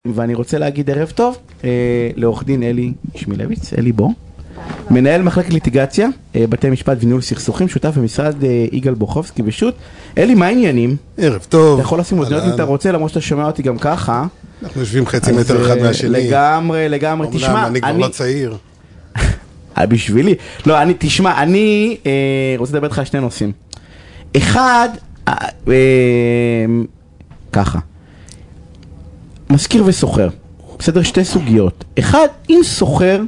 ואני רוצה להגיד ערב טוב לעורך דין אלי שמילביץ, אלי בוא, מנהל מחלקת ליטיגציה, בתי משפט וניהול סכסוכים, שותף במשרד יגאל בוחובסקי ושות. אלי, מה העניינים? ערב טוב. אתה יכול לשים אוזניות אם אתה רוצה, למרות שאתה שומע אותי גם ככה. אנחנו יושבים חצי מטר אחד מהשני. לגמרי, תשמע. אני כבר לא צעיר. בשבילי. לא, תשמע, אני רוצה לדבר איתך על שני נושאים. אחד, ככה. מזכיר וסוחר, בסדר? שתי סוגיות. אחד, אם סוחר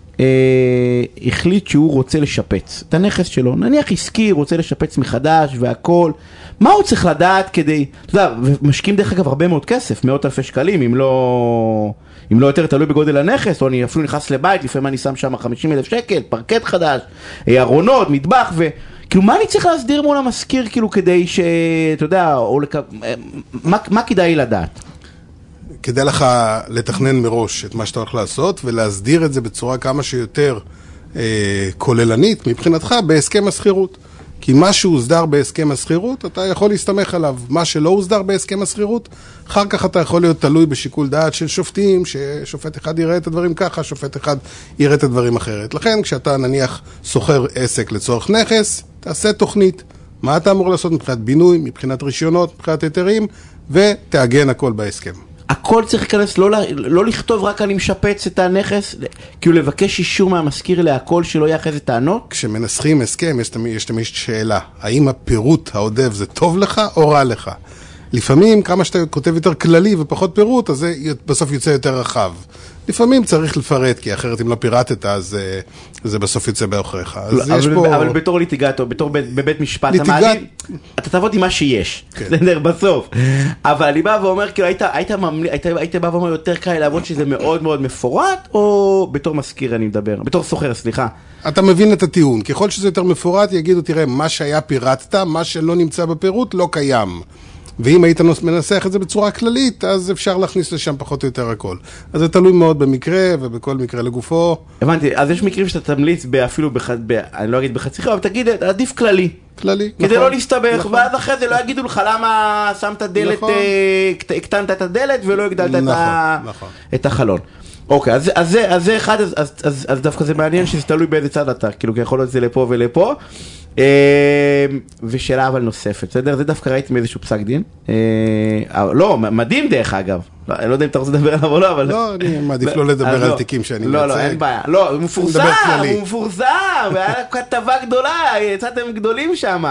החליט שהוא רוצה לשפץ את הנכס שלו, נניח עסקי, רוצה לשפץ מחדש והכל, מה הוא צריך לדעת כדי, אתה יודע, ומשקיעים דרך אגב הרבה מאוד כסף, מאות אלפי שקלים, אם לא יותר תלוי בגודל הנכס, או אני אפילו נכנס לבית, לפעמים אני שם שם 50,000 שקל, פרקט חדש, ארונות, מטבח, וכאילו מה אני צריך להסדיר מול המזכיר, כאילו כדי שאתה יודע, מה כדאי לדעת? כדאי לך לתכנן מראש את מה שאתה הולך לעשות, ולהסדיר את זה בצורה כמה שיותר כוללנית, מבחינתך, בהסכם הסחירות. כי מה שהוסדר בהסכם הסחירות, אתה יכול להסתמך עליו. מה שלא הוסדר בהסכם הסחירות, אחר כך אתה יכול להיות תלוי בשיקול דעת של שופטים, ששופט אחד יראה את הדברים ככה, שופט אחד יראה את הדברים אחרת. לכן, כשאתה נניח סוחר עסק לצורך נכס, תעשה תוכנית. מה אתה אמור לעשות מבחינת בינוי, מבחינת רישיונות, מבחינת היתרים, ותאגן הכל בהסכם. הכל צריך להיכנס, לא לכתוב רק אני משפץ את הנכס, כאילו לבקש אישור מהמזכיר להכל שלא יהיה אחרי זה טענות? כשמנסחים הסכם, יש תמיד שאלה, האם הפירוט העודף זה טוב לך או רע לך? לפעמים כמה שאתה כותב יותר כללי ופחות פירוט, אז זה בסוף יוצא יותר רחב. לפעמים צריך לפרט, כי אחרת אם לא פירטת, אז זה בסוף יוצא באחריך. אבל בתור ליטיגטור, בתור בבית משפט, אתה תעבוד עם מה שיש, בסוף. אבל אני בא ואומר, כאילו, היית בא ואומר יותר קל לעבוד שזה מאוד מאוד מפורט, או בתור מזכיר אני מדבר, בתור סוחר, סליחה. אתה מבין את הטיעון. ככל שזה יותר מפורט, יגידו, תראה, מה שהיה פירטת, מה שלא נמצא בפירוט, לא קיים. ואם היית מנסח את זה בצורה כללית, אז אפשר להכניס לשם פחות או יותר הכל. אז זה תלוי מאוד במקרה, ובכל מקרה לגופו. הבנתי, אז יש מקרים שאתה תמליץ אפילו, אני לא אגיד בחצי חוב, אבל תגיד, עדיף כללי. כללי, נכון. כדי לא להסתבך, ואז אחרי זה לא יגידו לך למה שמת דלת, הקטנת את הדלת ולא הגדלת את החלון. אוקיי, אז זה אחד, אז דווקא זה מעניין שזה תלוי באיזה צד אתה, כאילו יכול להיות זה לפה ולפה. ושאלה אבל נוספת, בסדר? זה דווקא ראיתי מאיזשהו פסק דין. לא, מדהים דרך אגב. אני לא יודע אם אתה רוצה לדבר עליו או לא, אבל... לא, אני מעדיף לא לדבר על תיקים שאני מייצג. לא, אין בעיה. לא, הוא מפורסם, והיה כתבה גדולה, יצאתם גדולים שם.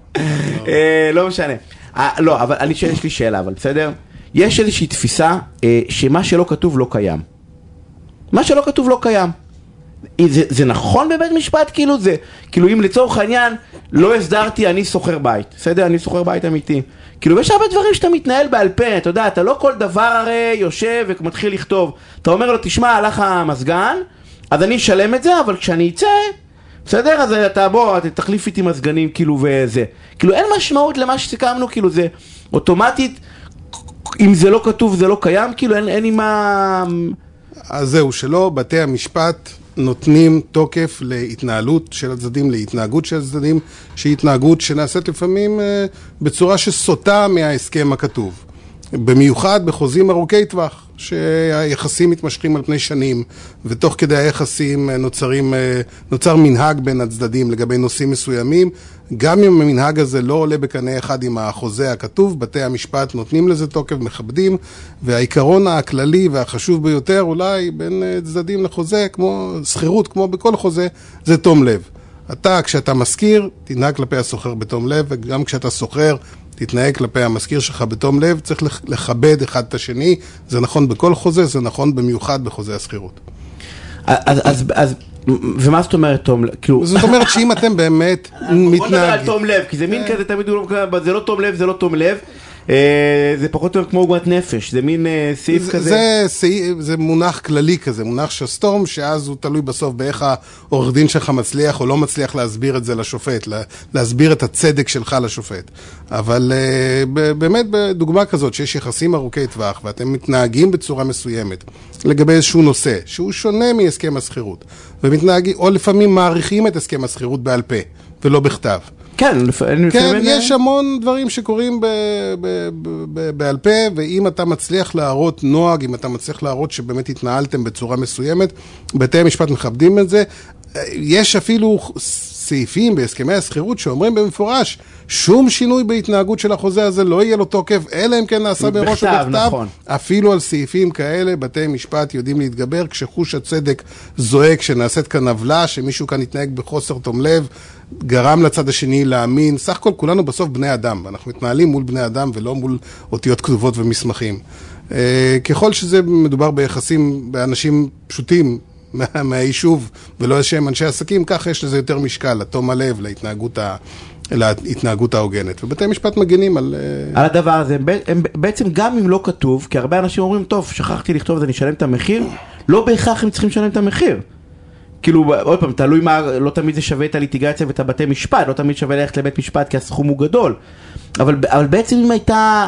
לא משנה. לא, אבל יש לי שאלה, אבל בסדר? יש איזושהי תפיסה שמה שלא כתוב לא קיים. מה שלא כתוב לא קיים. זה נכון בבית משפט? כאילו אם לצורך העניין לא הסדרתי, אני סוחר בית, בסדר? אני סוחר בית אמיתי. כאילו יש הרבה דברים שאתה מתנהל בעל פה, אתה יודע, אתה לא כל דבר הרי יושב ומתחיל לכתוב. אתה אומר לו, תשמע, הלך המסגן, אז אני אשלם את זה, אבל כשאני אצא, בסדר? אז אתה בוא, תחליף איתי מזגנים, כאילו וזה. כאילו אין משמעות למה שסיכמנו, כאילו זה אוטומטית, אם זה לא כתוב זה לא קיים, כאילו אין עם מה... אז זהו, שלא בתי המשפט נותנים תוקף להתנהלות של הצדדים, להתנהגות של הצדדים, שהיא התנהגות שנעשית לפעמים בצורה שסוטה מההסכם הכתוב. במיוחד בחוזים ארוכי טווח, שהיחסים מתמשכים על פני שנים, ותוך כדי היחסים נוצר מנהג בין הצדדים לגבי נושאים מסוימים. גם אם המנהג הזה לא עולה בקנה אחד עם החוזה הכתוב, בתי המשפט נותנים לזה תוקף, מכבדים, והעיקרון הכללי והחשוב ביותר אולי בין צדדים לחוזה, כמו סחירות, כמו בכל חוזה, זה תום לב. כשאתה מזכיר, תנהג כלפי הסוחר בתום לב, וגם כשאתה סוחר, תתנהג כלפי המזכיר שלך בתום לב, צריך לכבד אחד את השני, זה נכון בכל חוזה, זה נכון במיוחד בחוזה הסחירות. אז ומה זאת אומרת תום לב? זאת אומרת שאם אתם באמת מתנהגים... בוא נדבר על תום לב, כי זה מין כזה תמיד, זה לא תום לב, זה לא תום לב, זה פחות או יותר כמו עוגמת נפש, זה מין סעיף כזה. זה מונח כללי כזה, מונח שסתום, שאז הוא תלוי בסוף באיך העורך דין שלך מצליח או לא מצליח להסביר את זה לשופט, להסביר את הצדק שלך לשופט. אבל באמת בדוגמה כזאת, שיש יחסים ארוכי טווח, ואתם מתנהגים בצורה מסוימת, לגבי איזשהו נושא, שהוא שונה מהסכם הסחירות, ומתנהגים, או לפעמים מעריכים את הסכם הסחירות בעל פה, ולא בכתב. כן, כן, יש המון דברים שקורים בעל פה, ואם אתה מצליח להראות נוהג, אם אתה מצליח להראות שבאמת התנהלתם בצורה מסוימת, בתי המשפט מכבדים את זה. יש אפילו סעיפים בהסכמי הסחירות שאומרים במפורש, שום שינוי בהתנהגות של החוזה הזה לא יהיה לו תוקף, אלא אם כן נעשה בראש ובכתב. נכון. אפילו על סעיפים כאלה, בתי משפט יודעים להתגבר, כשחוש הצדק זועק, שנעשית כאן עוולה, שמישהו כאן יתנהג בחוסר תום לב, גרם לצד השני להאמין. סך הכל כולנו בסוף בני אדם, ואנחנו מתנהלים מול בני אדם ולא מול אותיות כתובות ומסמכים. ככל שזה מדובר ביחסים באנשים פשוטים, מהיישוב ולא איזשהם אנשי עסקים, כך יש לזה יותר משקל, לתום הלב, להתנהגות ההוגנת. ובתי משפט מגנים על הדבר הזה. בעצם גם אם לא כתוב, כי הרבה אנשים אומרים, טוב, שכחתי לכתוב את זה, נשלם את המחיר, לא בהכרח הם צריכים לשלם את המחיר. כאילו, עוד פעם, תלוי מה, לא תמיד זה שווה את הליטיגציה ואת הבתי משפט, לא תמיד שווה ללכת לבית משפט כי הסכום הוא גדול. אבל בעצם אם הייתה...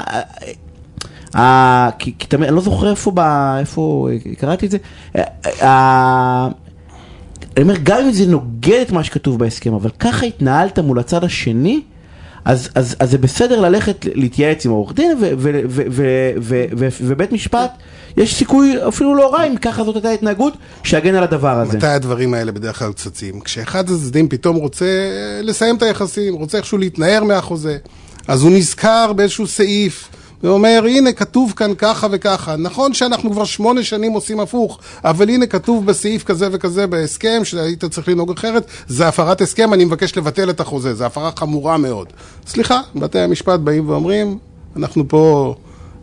כי תמיד, אני לא זוכר איפה קראתי את זה, אני אומר, גם אם זה נוגד את מה שכתוב בהסכם, אבל ככה התנהלת מול הצד השני, אז זה בסדר ללכת להתייעץ עם העורך דין, ובית משפט, יש סיכוי אפילו לא רע אם ככה זאת הייתה התנהגות שיגן על הדבר הזה. מתי הדברים האלה בדרך כלל צצים? כשאחד הצדדים פתאום רוצה לסיים את היחסים, רוצה איכשהו להתנער מהחוזה, אז הוא נזכר באיזשהו סעיף, ואומר, הנה כתוב כאן ככה וככה. נכון שאנחנו כבר 8 שנים עושים הפוך, אבל הנה כתוב בסעיף כזה וכזה בהסכם, שהיית צריך לנהוג אחרת, זה הפרת הסכם, אני מבקש לבטל את החוזה, זה הפרה חמורה מאוד. סליחה, בתי המשפט באים ואומרים, אנחנו פה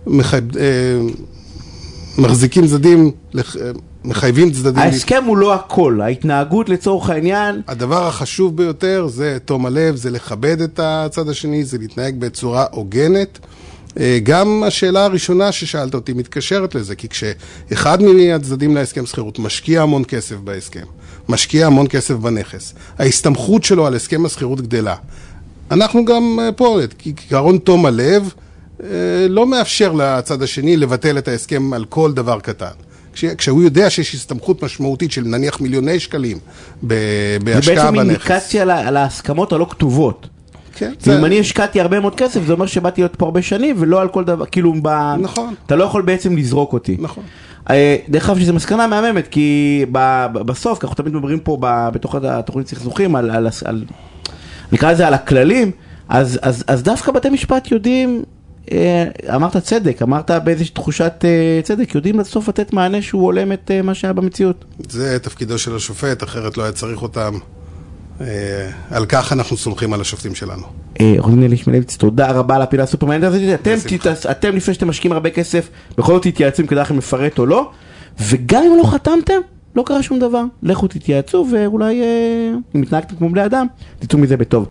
מחזיקים צדדים, מחייבים צדדים. ההסכם הוא לא הכל, ההתנהגות לצורך העניין. הדבר החשוב ביותר זה תום הלב, זה לכבד את הצד השני, זה להתנהג בצורה הוגנת. גם השאלה הראשונה ששאלת אותי מתקשרת לזה, כי כשאחד מהצדדים להסכם סחירות משקיע המון כסף בהסכם, משקיע המון כסף בנכס, ההסתמכות שלו על הסכם הסחירות גדלה. אנחנו גם פה, כי עקרון תום הלב לא מאפשר לצד השני לבטל את ההסכם על כל דבר קטן. כשהוא יודע שיש הסתמכות משמעותית של נניח מיליוני שקלים בהשקעה בנכס. זה בעצם אינדיקציה על ההסכמות הלא כתובות. אם אני השקעתי הרבה מאוד כסף, זה אומר שבאתי להיות פה הרבה שנים, ולא על כל דבר, כאילו, אתה לא יכול בעצם לזרוק אותי. נכון. דרך אגב שזו מסקנה מהממת, כי בסוף, אנחנו תמיד מדברים פה בתוך התוכנית סכסוכים, נקרא לזה על הכללים, אז דווקא בתי משפט יודעים, אמרת צדק, אמרת באיזושהי תחושת צדק, יודעים לסוף לתת מענה שהוא הולם את מה שהיה במציאות. זה תפקידו של השופט, אחרת לא היה צריך אותם. על כך אנחנו סומכים על השופטים שלנו. עורך-דין אלי שמלביץ, תודה רבה על הפינה הסופרמנט הזאת. אתם לפני שאתם משקיעים הרבה כסף, בכל זאת תתייעצו אם כדאי לכם לפרט או לא, וגם אם לא חתמתם, לא קרה שום דבר. לכו תתייעצו, ואולי אם התנהגתם כמו בני אדם, תצאו מזה בטוב.